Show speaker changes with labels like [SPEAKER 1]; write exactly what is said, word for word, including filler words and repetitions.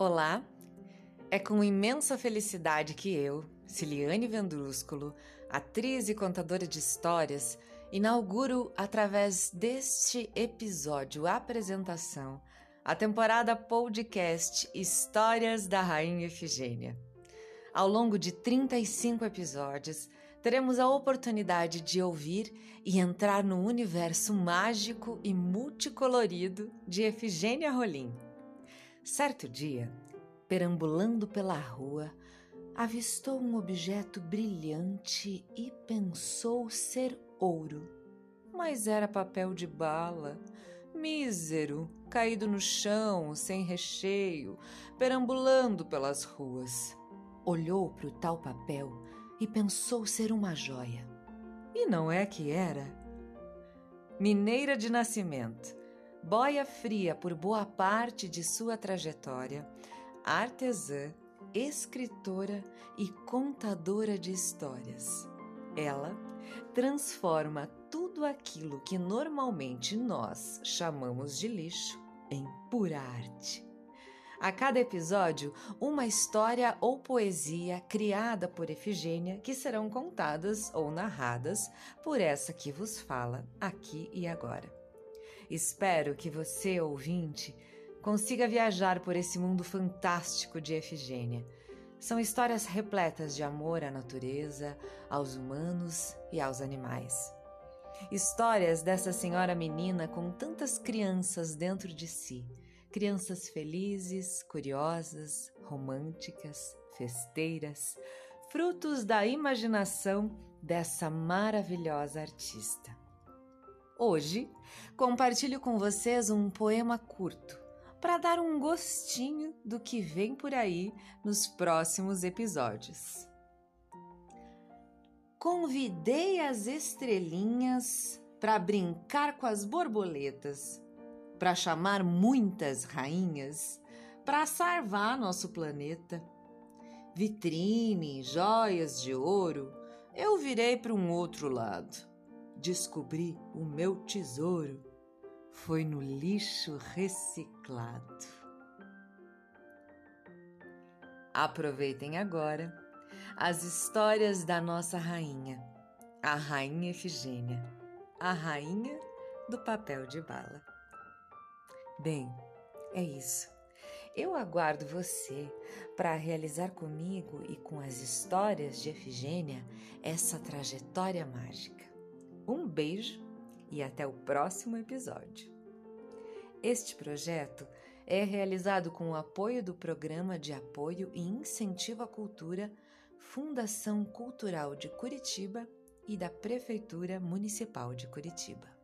[SPEAKER 1] Olá, é com imensa felicidade que eu, Ciliane Vendrúsculo, atriz e contadora de histórias, inauguro através deste episódio apresentação a temporada podcast Histórias da Rainha Efigênia. Ao longo de trinta e cinco episódios, teremos a oportunidade de ouvir e entrar no universo mágico e multicolorido de Efigênia Rolim. Certo dia, perambulando pela rua, avistou um objeto brilhante e pensou ser ouro. Mas era papel de bala, mísero, caído no chão, sem recheio, perambulando pelas ruas. Olhou para o tal papel e pensou ser uma joia. E não é que era? Mineira de nascimento, boia fria por boa parte de sua trajetória, artesã, escritora e contadora de histórias. Ela transforma tudo aquilo que normalmente nós chamamos de lixo em pura arte. A cada episódio, uma história ou poesia criada por Efigênia que serão contadas ou narradas por essa que vos fala aqui e agora. Espero que você, ouvinte, consiga viajar por esse mundo fantástico de Efigênia. São histórias repletas de amor à natureza, aos humanos e aos animais. Histórias dessa senhora menina com tantas crianças dentro de si. Crianças felizes, curiosas, românticas, festeiras, frutos da imaginação dessa maravilhosa artista. Hoje, compartilho com vocês um poema curto para dar um gostinho do que vem por aí nos próximos episódios. Convidei as estrelinhas para brincar com as borboletas, para chamar muitas rainhas, para salvar nosso planeta. Vitrine, joias de ouro, eu virei para um outro lado. Descobri o meu tesouro, foi no lixo reciclado. Aproveitem agora as histórias da nossa rainha, a Rainha Efigênia, a rainha do papel de bala. Bem, é isso. Eu aguardo você para realizar comigo e com as histórias de Efigênia essa trajetória mágica. Um beijo e até o próximo episódio. Este projeto é realizado com o apoio do Programa de Apoio e Incentivo à Cultura, Fundação Cultural de Curitiba e da Prefeitura Municipal de Curitiba.